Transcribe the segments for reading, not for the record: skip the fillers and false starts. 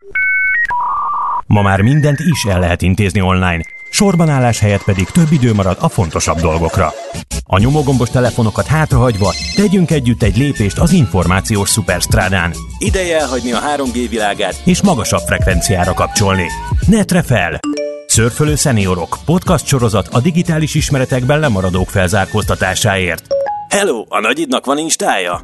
Ma már mindent is el lehet intézni online, sorbanállás helyett pedig több idő marad a fontosabb dolgokra. A nyomógombos telefonokat hátrahagyva tegyünk együtt egy lépést az információs szuperstrádán. Ideje elhagyni a 3G világát és magasabb frekvenciára kapcsolni. Netre fel! Szörfölő szeniorok, podcast sorozat a digitális ismeretekben lemaradók felzárkóztatásáért. Hello, a nagyidnak van instája?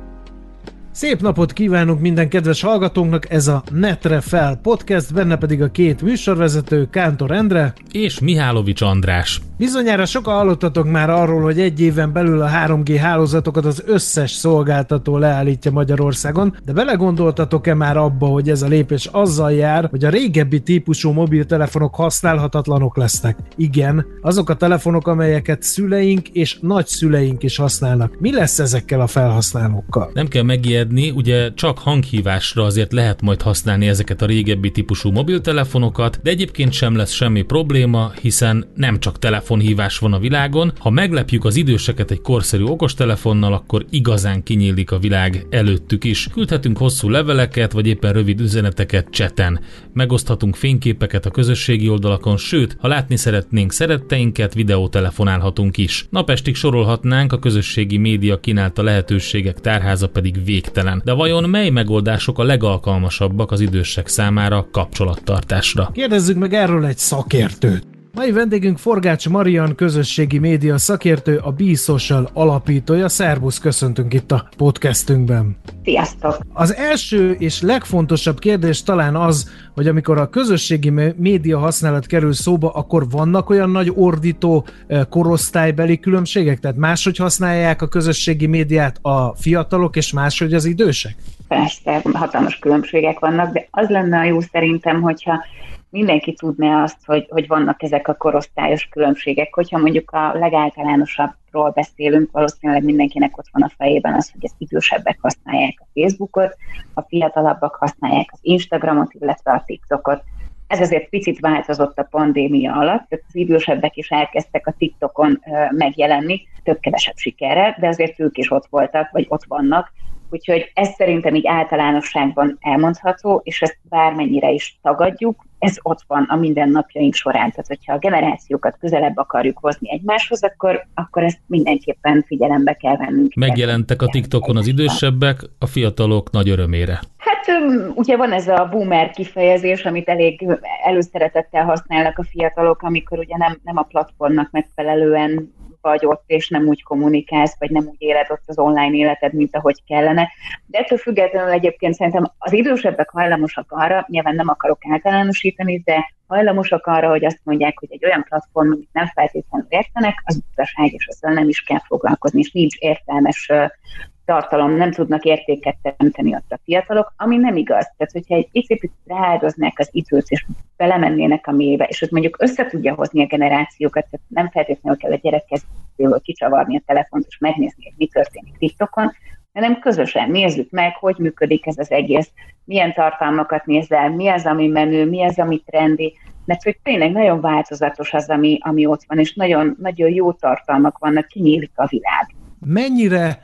Szép napot kívánunk minden kedves hallgatónknak, ez a Netre Fel podcast, benne pedig a két műsorvezető, Kántor Endre és Mihálovics András. Bizonyára sokan hallottatok már arról, hogy egy éven belül a 3G hálózatokat az összes szolgáltató leállítja Magyarországon, de belegondoltatok-e már abba, hogy ez a lépés azzal jár, hogy a régebbi típusú mobiltelefonok használhatatlanok lesznek? Igen, azok a telefonok, amelyeket szüleink és nagyszüleink is használnak. Mi lesz ezekkel a felhasználókkal? Nem kell megijedni, ugye csak hanghívásra azért lehet majd használni ezeket a régebbi típusú mobiltelefonokat, de egyébként sem lesz semmi probléma, hiszen nem csak telefonhívás van a világon. Ha meglepjük az időseket egy korszerű okostelefonnal, akkor igazán kinyílik a világ előttük is. Küldhetünk hosszú leveleket, vagy éppen rövid üzeneteket chaten. Megoszthatunk fényképeket a közösségi oldalakon, sőt, ha látni szeretnénk szeretteinket, videótelefonálhatunk is. Napestig sorolhatnánk, a közösségi média kínálta lehetőségek tárháza pedig végtelen. De vajon mely megoldások a legalkalmasabbak az idősek számára kapcsolattartásra? Kérdezzük meg erről egy szakértőt. Mai vendégünk Forgács Marian, közösségi média szakértő, a BeSocial alapítója. Szervusz, köszöntünk itt a podcastünkben. Sziasztok! Az első és legfontosabb kérdés talán az, hogy amikor a közösségi média használat kerül szóba, akkor vannak olyan nagy ordító korosztálybeli különbségek? Tehát máshogy használják a közösségi médiát a fiatalok, és máshogy az idősek? Persze, hatalmas különbségek vannak, de az lenne a jó szerintem, hogyha mindenki tudná azt, hogy vannak ezek a korosztályos különbségek. Hogyha mondjuk a legáltalánosabbról beszélünk, valószínűleg mindenkinek ott van a fejében az, hogy az idősebbek használják a Facebookot, a fiatalabbak használják az Instagramot, illetve a TikTokot. Ez azért picit változott a pandémia alatt, tehát az idősebbek is elkezdtek a TikTokon megjelenni, több-kevesebb sikerrel, de azért ők is ott voltak, vagy ott vannak. Úgyhogy ez szerintem így általánosságban elmondható, és ezt bármennyire is tagadjuk, ez ott van a mindennapjaink során. Tehát, hogyha a generációkat közelebb akarjuk hozni egymáshoz, akkor ezt mindenképpen figyelembe kell vennünk. Megjelentek a TikTokon az idősebbek, a fiatalok nagy örömére. Hát ugye van ez a boomer kifejezés, amit elég előszeretettel használnak a fiatalok, amikor ugye nem a platformnak megfelelően vagy ott, és nem úgy kommunikálsz, vagy nem úgy éled ott az online életed, mint ahogy kellene. De ettől függetlenül egyébként szerintem az idősebbek hajlamosak arra, nyilván nem akarok általánosítani, de hajlamosak arra, hogy azt mondják, hogy egy olyan platform, amit nem feltétlenül értenek, az utaság, és azzal nem is kell foglalkozni, és nincs értelmes tartalom, nem tudnak értéket teremteni ott a fiatalok, ami nem igaz. Tehát, hogyha egy picit rááldoznák az időt, és belemennének a mélybe, és ott mondjuk össze tudja hozni a generációkat, tehát nem feltétlenül kell a gyerekkezdőből kicsavarni a telefont, és megnézni, hogy mi történik TikTokon, hanem közösen nézzük meg, hogy működik ez az egész, milyen tartalmakat nézel, mi az, ami menő, mi az, ami trendi, mert hogy tényleg nagyon változatos az, ami ott van, és nagyon, nagyon jó tartalmak vannak, kinyílik a világ. Mennyire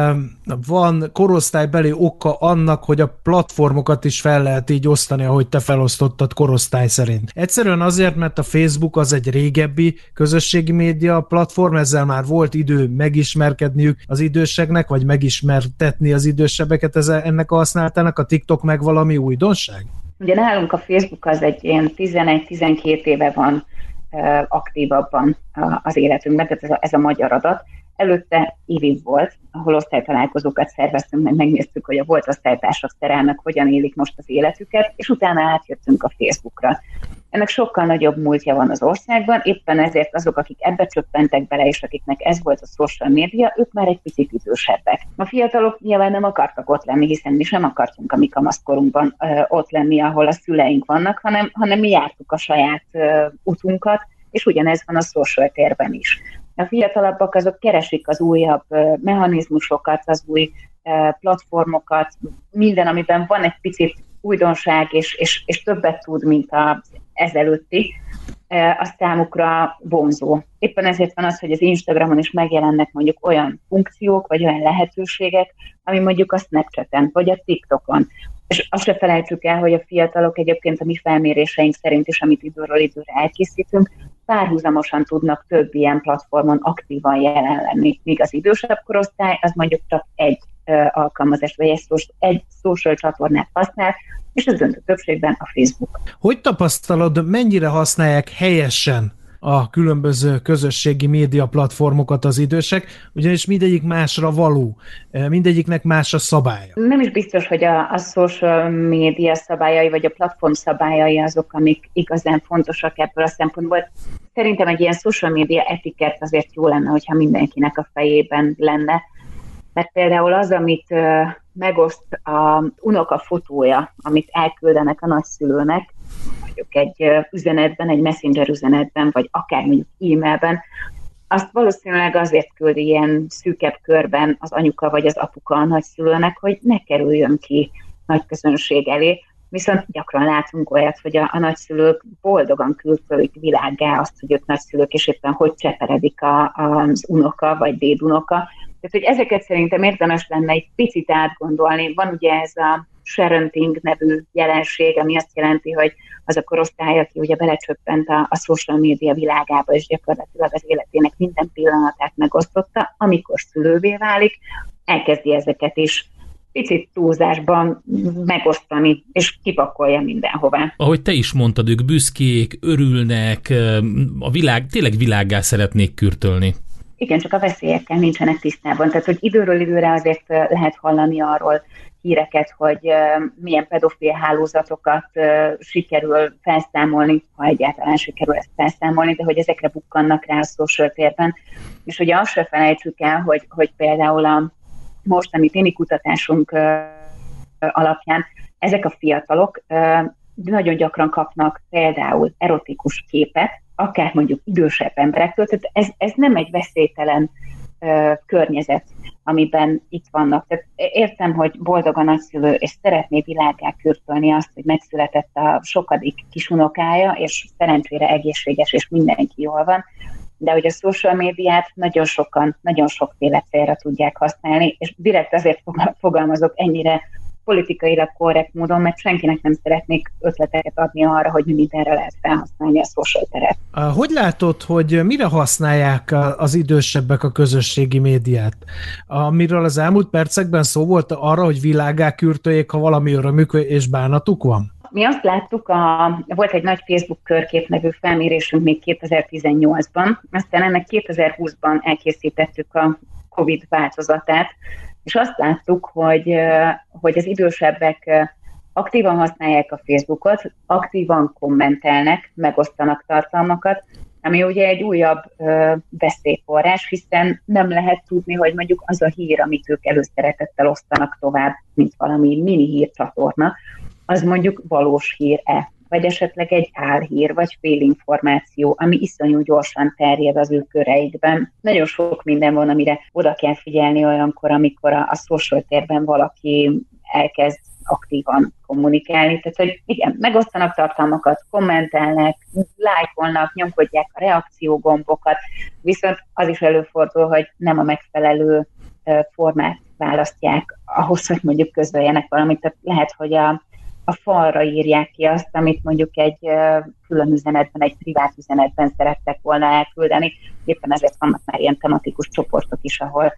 van korosztálybeli oka annak, hogy a platformokat is fel lehet így osztani, ahogy te felosztottad korosztály szerint? Egyszerűen azért, mert a Facebook az egy régebbi közösségi média platform, ezzel már volt idő megismerkedniük az időseknek, vagy megismertetni az idősebbeket ennek a használatának, a TikTok meg valami újdonság? Ugye nálunk a Facebook az egy ilyen 11-12 éve van aktívabban az életünkben, tehát ez a magyar adat. Előtte IVIV volt, ahol osztálytalálkozókat szerveztünk, meg megnéztük, hogy a volt osztálytársak szerelmek hogyan élik most az életüket, és utána átjöttünk a Facebookra. Ennek sokkal nagyobb múltja van az országban, éppen ezért azok, akik ebbe csöppentek bele, és akiknek ez volt a social média, ők már egy picit idősebbek. A fiatalok nyilván nem akartak ott lenni, hiszen mi sem akartunk a mi kamaszkorunkban ott lenni, ahol a szüleink vannak, hanem mi jártuk a saját utunkat, és ugyanez van a social térben is. A fiatalabbak azok keresik az újabb mechanizmusokat, az új platformokat, minden, amiben van egy picit újdonság, és többet tud, mint az ezelőtti. a számukra vonzó. Éppen ezért van az, hogy az Instagramon is megjelennek mondjuk olyan funkciók, vagy olyan lehetőségek, ami mondjuk a Snapchaten, vagy a TikTokon. És azt se felejtsük el, hogy a fiatalok egyébként a mi felméréseink szerint is, amit időről időre elkészítünk, párhuzamosan tudnak több ilyen platformon aktívan jelen lenni, míg az idősebb korosztály az mondjuk csak egy alkalmazást, vagy egy social csatornát használ, és az döntő többségben a Facebook. Hogy tapasztalod, mennyire használják helyesen a különböző közösségi média platformokat az idősek, ugyanis mindegyik másra való, mindegyiknek más a szabálya? Nem is biztos, hogy a social média szabályai, vagy a platform szabályai azok, amik igazán fontosak ebből a szempontból. Szerintem egy ilyen social media etikett azért jó lenne, hogyha mindenkinek a fejében lenne, mert például az, amit megoszt az unoka fotója, amit elküldenek a nagyszülőnek, mondjuk egy üzenetben, egy messenger üzenetben, vagy akár mondjuk e-mailben, azt valószínűleg azért küldi ilyen szűkebb körben az anyuka vagy az apuka a nagyszülőnek, hogy ne kerüljön ki nagy közönség elé. Viszont gyakran látunk olyat, hogy a nagyszülők boldogan küldik világgá azt, hogy ők nagyszülők, és éppen hogy cseperedik az unoka vagy dédunoka. Tehát, hogy ezeket szerintem érdemes lenne egy picit átgondolni. Van ugye ez a sharenting nevű jelenség, ami azt jelenti, hogy az a korosztály, aki ugye belecsöppent a social media világába, és gyakorlatilag az életének minden pillanatát megosztotta, amikor szülővé válik, elkezdi ezeket is picit túlzásban megosztani, és kipakolja mindenhová. Ahogy te is mondtad, ők büszkék, örülnek, a világ, tényleg világgá szeretnék kürtölni. Igen, csak a veszélyekkel nincsenek tisztában. Tehát, hogy időről időre azért lehet hallani arról híreket, hogy milyen pedofil hálózatokat sikerül felszámolni, ha egyáltalán sikerül ezt felszámolni, de hogy ezekre bukkannak rá a social térben. És ugye azt se felejtsük el, hogy például a mostani téni kutatásunk alapján ezek a fiatalok nagyon gyakran kapnak például erotikus képet, akár mondjuk idősebb emberektől, tehát ez nem egy veszélytelen környezet, amiben itt vannak. Tehát értem, hogy boldog a nagyszülő, és szeretné világgá kürtölni azt, hogy megszületett a sokadik kisunokája, és szerencsére egészséges, és mindenki jól van, de hogy a social médiát nagyon sokan, nagyon sokféle célra tudják használni, és direkt azért fogalmazok ennyire politikailag korrekt módon, mert senkinek nem szeretnék ötleteket adni arra, hogy mindenre lehet felhasználni a social teret. Hogy látod, hogy mire használják az idősebbek a közösségi médiát? Amiről az elmúlt percekben szó volt arra, hogy világgá kürtöljék, ha valami örömük és bánatuk van? Mi azt láttuk, volt egy nagy Facebook körkép nevű felmérésünk még 2018-ban, aztán ennek 2020-ban elkészítettük a COVID változatát, és azt láttuk, hogy az idősebbek aktívan használják a Facebookot, aktívan kommentelnek, megosztanak tartalmakat, ami ugye egy újabb veszélyforrás, hiszen nem lehet tudni, hogy mondjuk az a hír, amit ők előszeretettel osztanak tovább, mint valami mini hírcsatorna, az mondjuk valós hír-e, vagy esetleg egy álhír, vagy félinformáció, ami iszonyú gyorsan terjed az ő köreikben. Nagyon sok minden van, amire oda kell figyelni olyankor, amikor a social térben valaki elkezd aktívan kommunikálni. Tehát, hogy igen, megosztanak tartalmakat, kommentelnek, lájkolnak, nyomkodják a reakciógombokat, viszont az is előfordul, hogy nem a megfelelő formát választják ahhoz, hogy mondjuk közöljenek valamit. Tehát lehet, hogy a falra írják ki azt, amit mondjuk egy külön üzenetben, egy privát üzenetben szerettek volna elküldeni. Éppen ezért vannak már ilyen tematikus csoportok is, ahol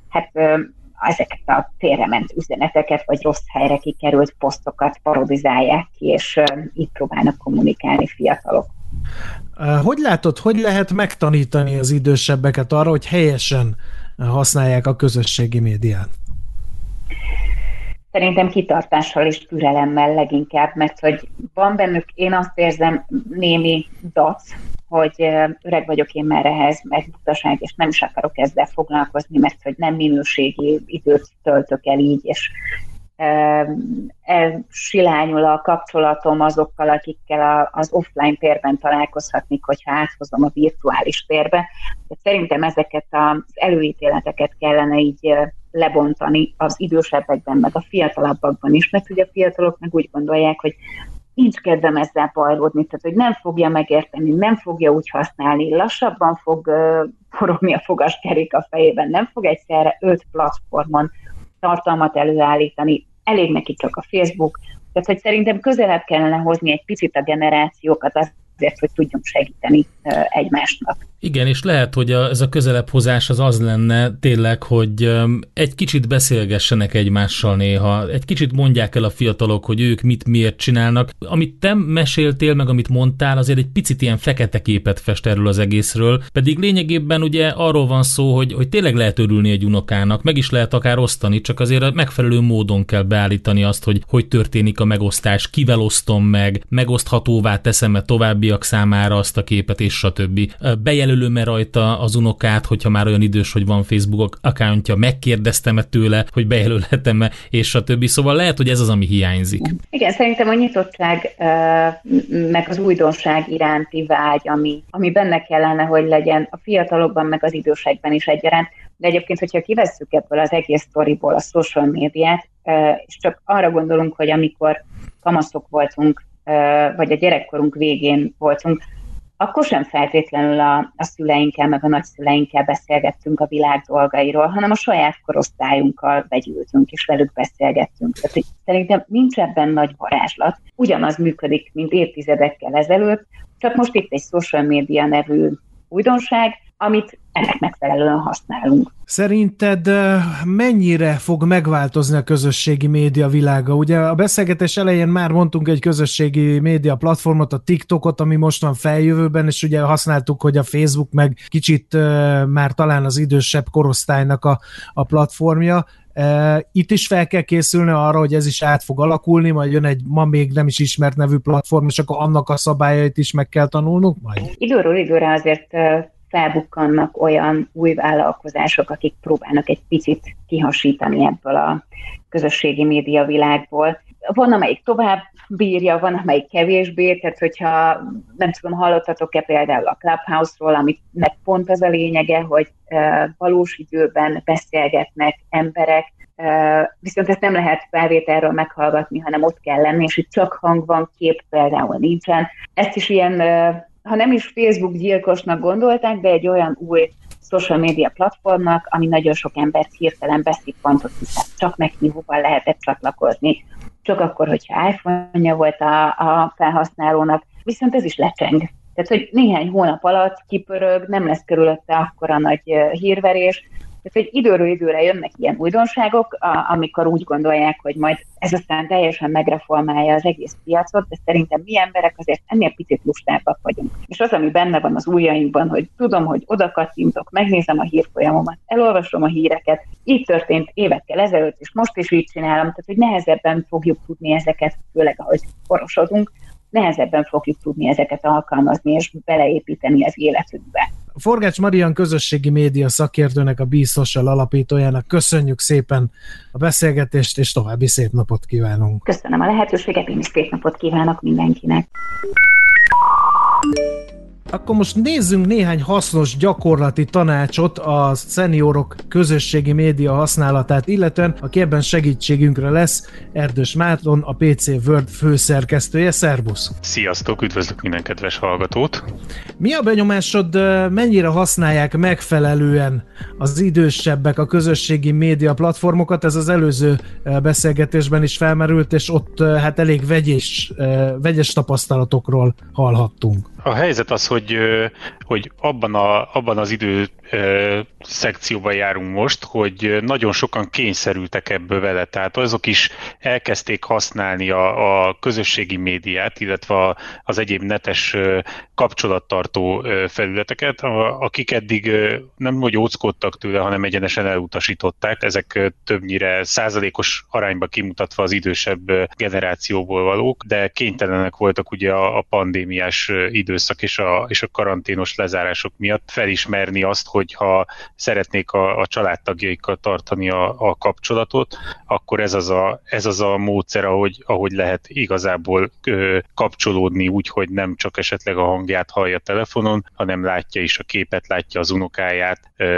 ezeket a félrement üzeneteket, vagy rossz helyre kikerült posztokat parodizálják ki, és így próbálnak kommunikálni fiatalok. Hogy látod, hogy lehet megtanítani az idősebbeket arra, hogy helyesen használják a közösségi médiát? Szerintem kitartással és türelemmel leginkább, mert hogy van bennük, én azt érzem, némi dac, hogy öreg vagyok én már ehhez, meg butaság, és nem is akarok ezzel foglalkozni, mert hogy nem minőségi időt töltök el így, és elsilányul a kapcsolatom azokkal, akikkel az offline térben találkozhatnék, hogyha áthozom a virtuális térbe. De szerintem ezeket az előítéleteket kellene így lebontani az idősebbekben, meg a fiatalabbakban is, mert ugye a fiatalok meg úgy gondolják, hogy nincs kedvem ezzel bajlódni, tehát hogy nem fogja megérteni, nem fogja úgy használni, lassabban fog forogni a fogaskerék a fejében, nem fog egyszerre 5 platformon tartalmat előállítani, elég neki csak a Facebook, tehát hogy szerintem közelebb kellene hozni egy picit a generációkat azért, hogy tudjunk segíteni egymásnak. Igen, és lehet, hogy ez a közelebb hozás az lenne tényleg, hogy egy kicsit beszélgessenek egymással néha, egy kicsit mondják el a fiatalok, hogy ők mit miért csinálnak. Amit te meséltél, meg amit mondtál, azért egy picit ilyen fekete képet fest erről az egészről, pedig lényegében ugye arról van szó, hogy tényleg lehet örülni egy unokának, meg is lehet akár osztani, csak azért a megfelelő módon kell beállítani azt, hogy történik a megosztás, kivel osztom meg, megoszthatóvá teszem-e továbbiak számára azt a képet, és stb. Bejelölöm-e rajta az unokát, hogyha már olyan idős, hogy van Facebook accountja, megkérdeztem-e tőle, hogy bejelölhetem-e, és stb. Szóval lehet, hogy ez az, ami hiányzik. Igen, szerintem a nyitottság meg az újdonság iránti vágy, ami benne kellene, hogy legyen a fiatalokban, meg az idősekben is egyaránt. De egyébként, hogyha kivesszük ebből az egész sztoriból a social médiát, és csak arra gondolunk, hogy amikor kamaszok voltunk, vagy a gyerekkorunk végén voltunk, akkor sem feltétlenül a szüleinkkel, meg a nagyszüleinkkel beszélgettünk a világ dolgairól, hanem a saját korosztályunkkal begyűltünk, és velük beszélgettünk. Tehát szerintem nincs ebben nagy varázslat. Ugyanaz működik, mint évtizedekkel ezelőtt, csak most itt egy social media nevű újdonság, amit ennek megfelelően használunk. Szerinted mennyire fog megváltozni a közösségi média világa? Ugye a beszélgetés elején már mondtunk egy közösségi média platformot, a TikTokot, ami most van feljövőben, és ugye használtuk, hogy a Facebook meg kicsit már talán az idősebb korosztálynak a platformja. Itt is fel kell készülni arra, hogy ez is át fog alakulni, majd jön egy ma még nem is ismert nevű platform, és akkor annak a szabályait is meg kell tanulnunk majd? Időről időre azért felbukkannak olyan új vállalkozások, akik próbálnak egy picit kihasítani ebből a közösségi média világból. Van, amelyik tovább bírja, van, amelyik kevésbé, tehát hogyha nem tudom, hallottatok-e például a Clubhouse-ról, aminek pont az a lényege, hogy valós időben beszélgetnek emberek, viszont ezt nem lehet felvételről meghallgatni, hanem ott kell lenni, és itt csak hang van, kép például nincsen. Ezt is ilyen, ha nem is Facebook gyilkosnak gondolták, de egy olyan új social media platformnak, ami nagyon sok embert hirtelen beszippantott, hiszen csak meghívóval lehetett csatlakozni. Csak akkor, hogyha iPhone-ja volt a felhasználónak, viszont ez is lecseng. Tehát, hogy néhány hónap alatt kipörög, nem lesz körülötte akkora nagy hírverés. Tehát, hogy időről időre jönnek ilyen újdonságok, amikor úgy gondolják, hogy majd ez aztán teljesen megreformálja az egész piacot, de szerintem mi emberek azért ennél picit lustábbak vagyunk. És az, ami benne van az ujjainkban, hogy tudom, hogy oda kattintok, megnézem a hírfolyamomat, elolvasom a híreket, így történt évekkel ezelőtt, és most is így csinálom, tehát hogy nehezebben fogjuk tudni ezeket, főleg ahogy korosodunk, nehezebben fogjuk tudni ezeket alkalmazni és beleépíteni az életünkbe. Forgács Marian közösségi média szakértőnek, a Be Social alapítójának köszönjük szépen a beszélgetést, és további szép napot kívánunk. Köszönöm a lehetőséget, én is szép napot kívánok mindenkinek. Akkor most nézzünk néhány hasznos gyakorlati tanácsot a szeniorok közösségi média használatát illetően, aki ebben segítségünkre lesz, Erdős Márton, a PC World főszerkesztője. Szervusz! Sziasztok, üdvözlök minden kedves hallgatót! Mi a benyomásod, mennyire használják megfelelően az idősebbek a közösségi média platformokat? Ez az előző beszélgetésben is felmerült, és ott hát elég vegyes tapasztalatokról hallhattunk. A helyzet az, hogy abban az idő szekcióban járunk most, hogy nagyon sokan kényszerültek ebből vele, tehát azok is elkezdték használni a közösségi médiát, illetve az egyéb netes kapcsolattartó felületeket, akik eddig nem hogy óckodtak tőle, hanem egyenesen elutasították. Ezek többnyire százalékos arányba kimutatva az idősebb generációból valók, de kénytelenek voltak ugye a pandémiás időszak és a karanténos lezárások miatt felismerni azt, hogyha szeretnék a családtagjaikkal tartani a kapcsolatot, akkor ez az a módszer, ahogy lehet igazából kapcsolódni úgy, hogy nem csak esetleg a hangját hallja telefonon, hanem látja is a képet, látja az unokáját,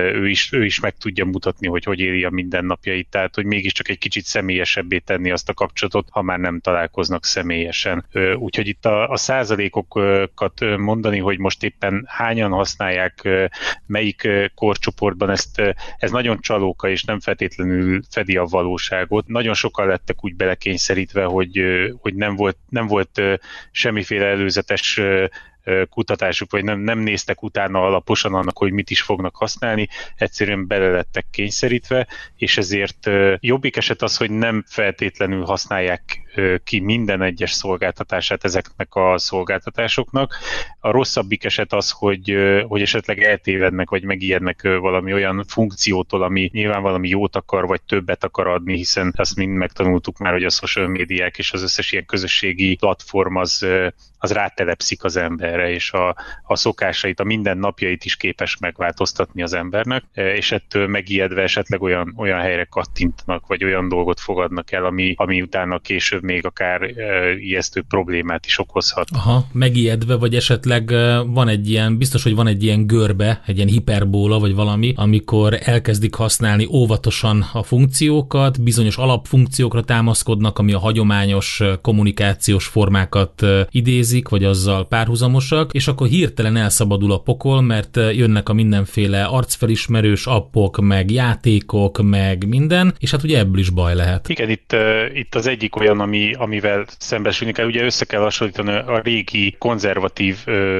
ő is meg tudja mutatni, hogy éli a mindennapjait, tehát hogy mégiscsak egy kicsit személyesebbé tenni azt a kapcsolatot, ha már nem találkoznak személyesen. Úgyhogy itt a százalékokat mondani, hogy most éppen hányan használják, melyik korcsoportban, ez nagyon csalóka, és nem feltétlenül fedi a valóságot. Nagyon sokan lettek úgy belekényszerítve, hogy nem volt semmiféle előzetes kutatásuk, vagy nem néztek utána alaposan annak, hogy mit is fognak használni, egyszerűen bele lettek kényszerítve, és ezért jobbik eset az, hogy nem feltétlenül használják ki minden egyes szolgáltatását ezeknek a szolgáltatásoknak. A rosszabbik eset az, hogy esetleg eltévednek, vagy megijednek valami olyan funkciótól, ami nyilván valami jót akar, vagy többet akar adni, hiszen azt mind megtanultuk már, hogy a social médiák és az összes ilyen közösségi platform az rátelepszik az emberre, és a szokásait, a mindennapjait is képes megváltoztatni az embernek, és ettől megijedve esetleg olyan helyre kattintanak, vagy olyan dolgot fogadnak el, ami utána később még akár ijesztő problémát is okozhat. Aha, megijedve, vagy esetleg biztos, hogy van egy ilyen görbe, egy ilyen hiperbóla, vagy valami, amikor elkezdik használni óvatosan a funkciókat, bizonyos alapfunkciókra támaszkodnak, ami a hagyományos kommunikációs formákat idézik, vagy azzal párhuzamosak, és akkor hirtelen elszabadul a pokol, mert jönnek a mindenféle arcfelismerős appok, meg játékok, meg minden, és hát ugye ebből is baj lehet. Igen, itt az egyik olyan, amivel szembesülni kell, ugye össze kell hasonlítani a régi konzervatív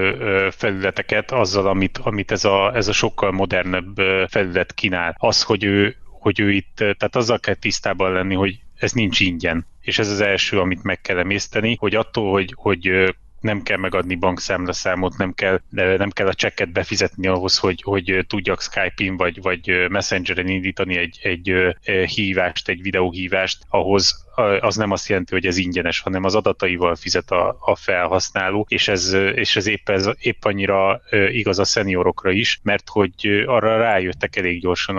felületeket azzal, amit ez a sokkal modernebb felület kínál. Az, hogy ő itt, tehát azzal kell tisztában lenni, hogy ez nincs ingyen. És ez az első, amit meg kell emészteni, hogy attól, hogy nem kell megadni bankszámlaszámot, nem kell a csekket befizetni ahhoz, hogy tudjak Skype-in vagy Messengeren indítani egy hívást, egy videóhívást, ahhoz az nem azt jelenti, hogy ez ingyenes, hanem az adataival fizet a felhasználó, és ez épp annyira igaz a szeniorokra is, mert hogy arra rájöttek elég gyorsan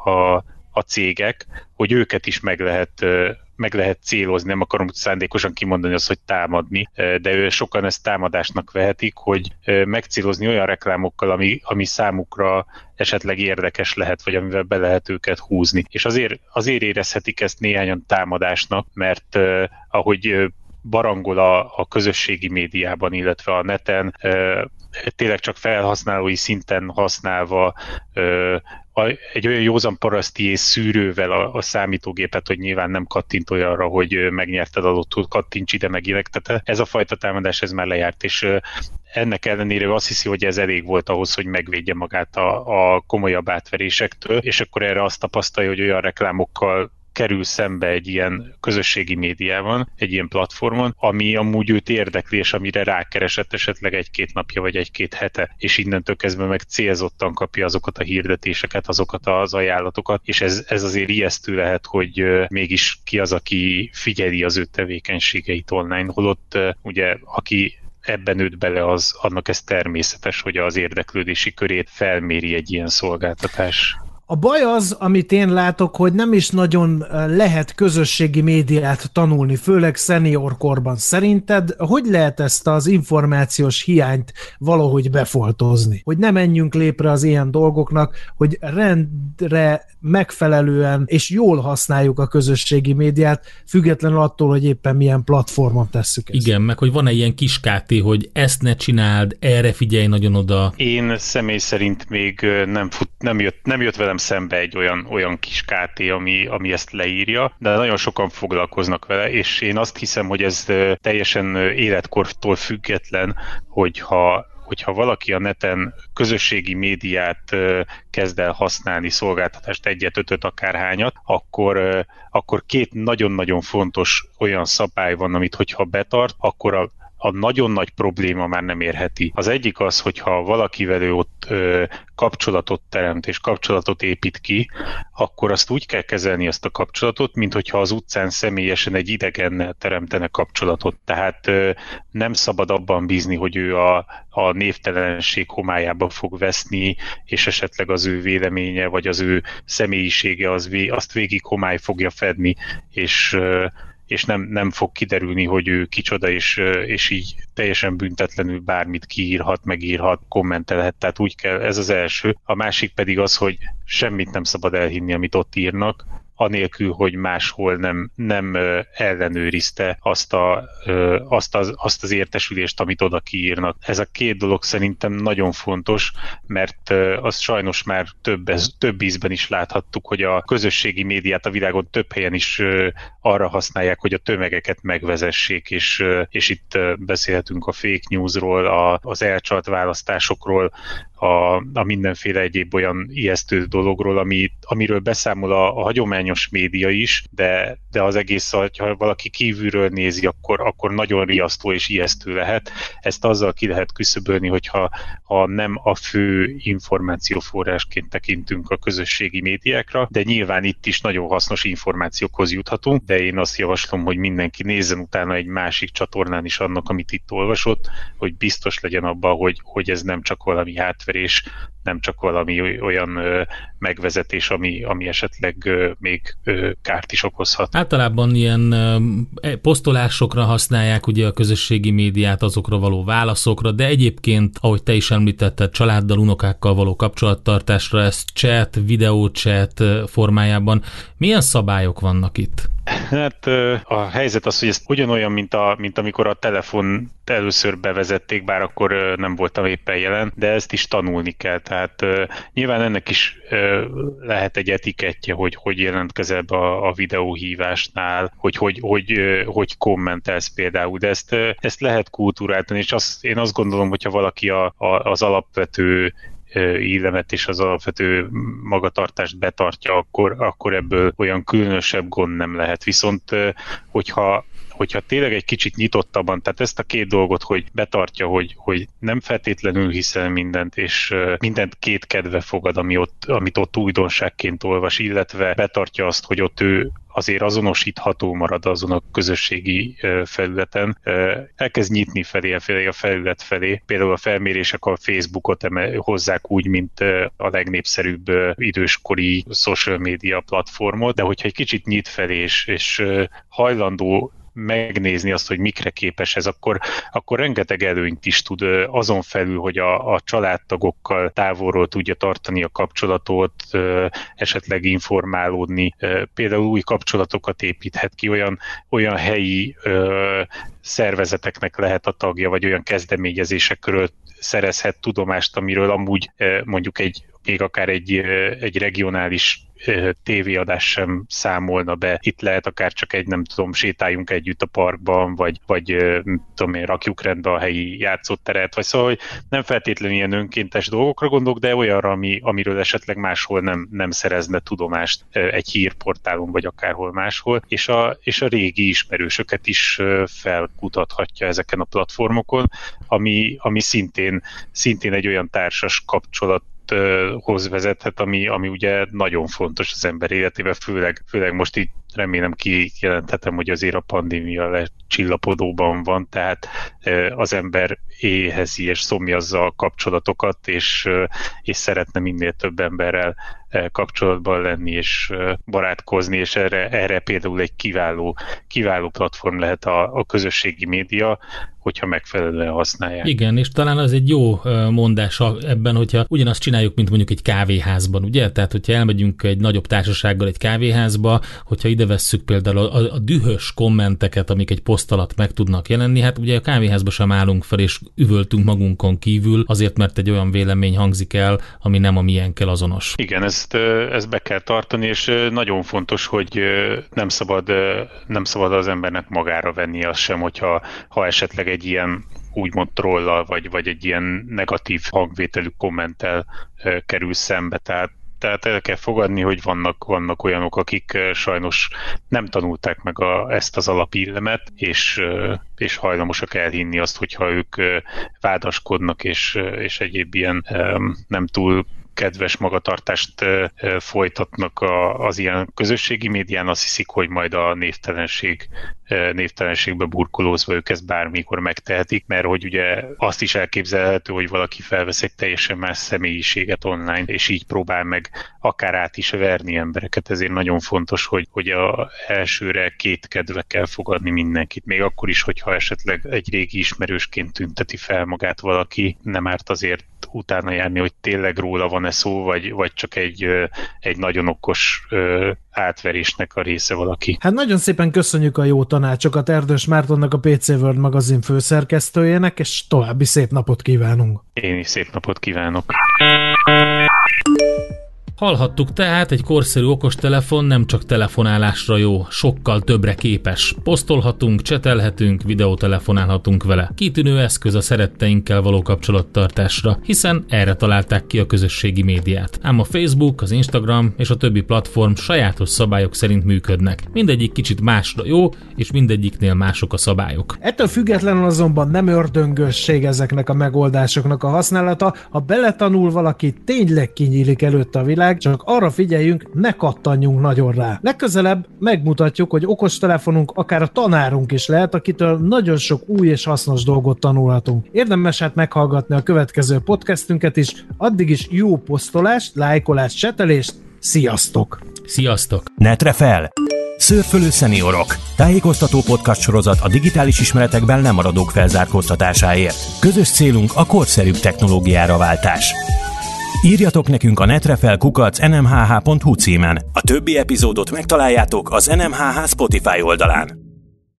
a cégek, hogy őket is meg lehet célozni, nem akarom szándékosan kimondani azt, hogy támadni, de sokan ezt támadásnak vehetik, hogy megcélozni olyan reklámokkal, ami számukra esetleg érdekes lehet, vagy amivel be lehet őket húzni. És azért érezhetik ezt néhányan támadásnak, mert ahogy barangol a közösségi médiában, illetve a neten, tényleg csak felhasználói szinten használva egy olyan józan paraszti szűrővel a számítógépet, hogy nyilván nem kattintolj arra, hogy megnyerted adott, kattints ide meg ilyenek. Tehát ez a fajta támadás, ez már lejárt, és ennek ellenére azt hiszi, hogy ez elég volt ahhoz, hogy megvédje magát a komolyabb átverésektől, és akkor erre azt tapasztalja, hogy olyan reklámokkal kerül szembe egy ilyen közösségi médiában, egy ilyen platformon, ami amúgy őt érdekli, és amire rákeresett esetleg egy-két napja, vagy egy-két hete, és innentől kezdve meg célzottan kapja azokat a hirdetéseket, azokat az ajánlatokat, és ez azért ijesztő lehet, hogy mégis ki az, aki figyeli az ő tevékenységeit online, holott ugye aki ebben nőtt bele, annak ez természetes, hogy az érdeklődési körét felméri egy ilyen szolgáltatás. A baj az, amit én látok, hogy nem is nagyon lehet közösségi médiát tanulni, főleg szeniorkorban. Szerinted hogy lehet ezt az információs hiányt valahogy befoltozni? Hogy ne menjünk lépre az ilyen dolgoknak, hogy rendre megfelelően és jól használjuk a közösségi médiát, függetlenül attól, hogy éppen milyen platformon tesszük ezt. Igen, meg hogy van-e ilyen kis KT, hogy ezt ne csináld, erre figyelj nagyon oda. Én személy szerint még nem jött velem szembe egy olyan kis KT, ami ezt leírja, de nagyon sokan foglalkoznak vele, és én azt hiszem, hogy ez teljesen életkortól független, hogyha valaki a neten közösségi médiát kezd el használni, szolgáltatást, egyet, ötöt, akárhányat, akkor két nagyon-nagyon fontos olyan szabály van, amit hogyha betart, akkor a nagyon nagy probléma már nem érheti. Az egyik az, hogyha valakivel ő ott kapcsolatot teremt és kapcsolatot épít ki, akkor azt úgy kell kezelni azt a kapcsolatot, mint hogyha az utcán személyesen egy idegennel teremtene kapcsolatot. Tehát nem szabad abban bízni, hogy ő a névtelenség homályába fog veszni, és esetleg az ő véleménye, vagy az ő személyisége azt végig homály fogja fedni, és nem fog kiderülni, hogy ő kicsoda, és így teljesen büntetlenül bármit kiírhat, megírhat, kommentelhet, tehát úgy kell, ez az első. A másik pedig az, hogy semmit nem szabad elhinni, amit ott írnak, anélkül, hogy máshol nem ellenőrizte azt az értesülést, amit oda kiírnak. Ez a két dolog szerintem nagyon fontos, mert azt sajnos már több ízben is láthattuk, hogy a közösségi médiát a világon több helyen is arra használják, hogy a tömegeket megvezessék, és itt beszélhetünk a fake newsról, az elcsalt választásokról, a mindenféle egyéb olyan ijesztő dologról, amiről beszámol a hagyományos média is, de az egész, ha valaki kívülről nézi, akkor nagyon riasztó és ijesztő lehet. Ezt azzal ki lehet küszöbölni, hogyha nem a fő információforrásként tekintünk a közösségi médiákra, de nyilván itt is nagyon hasznos információkhoz juthatunk, de én azt javaslom, hogy mindenki nézzen utána egy másik csatornán is annak, amit itt olvasott, hogy biztos legyen abban, hogy ez nem csak valami hátverés, nem csak valami olyan megvezetés, ami esetleg még kárt is okozhat. Általában ilyen posztolásokra használják ugye a közösségi médiát, azokra való válaszokra, de egyébként, ahogy te is említetted, családdal, unokákkal való kapcsolattartásra, ez chat, videóchat formájában. Milyen szabályok vannak itt? Hát a helyzet az, hogy ez ugyanolyan, mint amikor a telefon először bevezették, bár akkor nem voltam éppen jelen, de ezt is tanulni kell. Tehát nyilván ennek is lehet egy etikettje, hogy jelentkezel be a videóhívásnál, hogy kommentelsz például, de ezt lehet kultúráltani, és én azt gondolom, hogyha valaki az alapvető illemet és az alapvető magatartást betartja, akkor ebből olyan különösebb gond nem lehet. Viszont hogyha tényleg egy kicsit nyitottabban, tehát ezt a két dolgot, hogy betartja, hogy nem feltétlenül hiszel mindent, és mindent kétkedve fogad, amit ott újdonságként olvas, illetve betartja azt, hogy ott ő azért azonosítható marad azon a közösségi felületen. Elkezd nyitni felé a felület felé. Például a felmérések a Facebookot hozzák úgy, mint a legnépszerűbb időskori social media platformot, de hogyha egy kicsit nyit felé, és hajlandó megnézni azt, hogy mikre képes ez, akkor rengeteg előnyt is tud azon felül, hogy a családtagokkal távolról tudja tartani a kapcsolatot, esetleg informálódni, például új kapcsolatokat építhet ki, olyan helyi szervezeteknek lehet a tagja, vagy olyan kezdeményezésekről szerezhet tudomást, amiről amúgy mondjuk még akár egy regionális tévéadás sem számolna be. Itt lehet akár csak sétáljunk együtt a parkban, vagy rakjuk rendbe a helyi játszóteret, vagy szóval, hogy nem feltétlenül ilyen önkéntes dolgokra gondolok, de olyanra, amiről esetleg máshol nem szerezne tudomást egy hírportálon, vagy akárhol máshol, és a régi ismerősöket is felkutathatja ezeken a platformokon, ami szintén egy olyan társas kapcsolat hoz vezethet, ami ugye nagyon fontos az ember életében, főleg most így remélem kijelenthetem, hogy azért a pandémia lecsillapodóban van, tehát az ember éhezi és szomjazza a kapcsolatokat, és szeretne minél több emberrel kapcsolatban lenni és barátkozni, és erre például egy kiváló platform lehet a közösségi média, hogyha megfelelően használják. Igen, és talán az egy jó mondás ebben, hogyha ugyanazt csináljuk, mint mondjuk egy kávéházban, ugye? Tehát, hogyha elmegyünk egy nagyobb társasággal egy kávéházba, hogyha ide vesszük például a dühös kommenteket, amik egy poszt alatt meg tudnak jelenni, hát ugye a kávéházba sem állunk fel, és üvöltünk magunkon kívül, azért, mert egy olyan vélemény hangzik el, ami nem a miénkkel azonos. Igen, ezt be kell tartani, és nagyon fontos, hogy nem szabad az embernek magára venni azt sem, hogyha esetleg egy ilyen úgymond trollal, vagy egy ilyen negatív hangvételű kommenttel kerül szembe. Tehát tehát el kell fogadni, hogy vannak olyanok, akik sajnos nem tanulták meg ezt az alapillemet, és hajlamosak elhinni azt, hogyha ők vádaskodnak, és egyéb ilyen nem túl kedves magatartást folytatnak az ilyen közösségi médián, azt hiszik, hogy majd a névtelenségbe burkolózva ők ezt bármikor megtehetik, mert hogy ugye azt is elképzelhető, hogy valaki felvesz egy teljesen más személyiséget online, és így próbál meg akár át is verni embereket, ezért nagyon fontos, hogy elsőre kétkedve kell fogadni mindenkit, még akkor is, hogyha esetleg egy régi ismerősként tünteti fel magát valaki, nem árt azért utána járni, hogy tényleg róla van-e szó, vagy csak egy nagyon okos átverésnek a része valaki. Hát nagyon szépen köszönjük a jó tanácsokat Erdős Mártonnak, a PC World magazin főszerkesztőjének, és további szép napot kívánunk. Én is szép napot kívánok. Hallhattuk tehát, egy korszerű okostelefon nem csak telefonálásra jó, sokkal többre képes. Posztolhatunk, csetelhetünk, videótelefonálhatunk vele. Kitűnő eszköz a szeretteinkkel való kapcsolattartásra, hiszen erre találták ki a közösségi médiát. Ám a Facebook, az Instagram és a többi platform sajátos szabályok szerint működnek. Mindegyik kicsit másra jó, és mindegyiknél mások a szabályok. Ettől függetlenül azonban nem ördöngösség ezeknek a megoldásoknak a használata. Ha beletanul valaki, tényleg kinyílik előtt a világ, csak arra figyeljünk, ne kattanjunk nagyon rá. Legközelebb megmutatjuk, hogy okostelefonunk akár a tanárunk is lehet, akitől nagyon sok új és hasznos dolgot tanulhatunk. Érdemes hát meghallgatni a következő podcastünket is, addig is jó posztolást, lájkolást, csetelést, sziasztok! Sziasztok! Netre fel! Szörfölő szeniorok. Tájékoztató podcast sorozat a digitális ismeretekben lemaradók felzárkóztatásáért. Közös célunk a korszerűbb technológiára váltás. Írjatok nekünk a netrefel@nmhh.hu címen. A többi epizódot megtaláljátok az NMHH Spotify oldalán.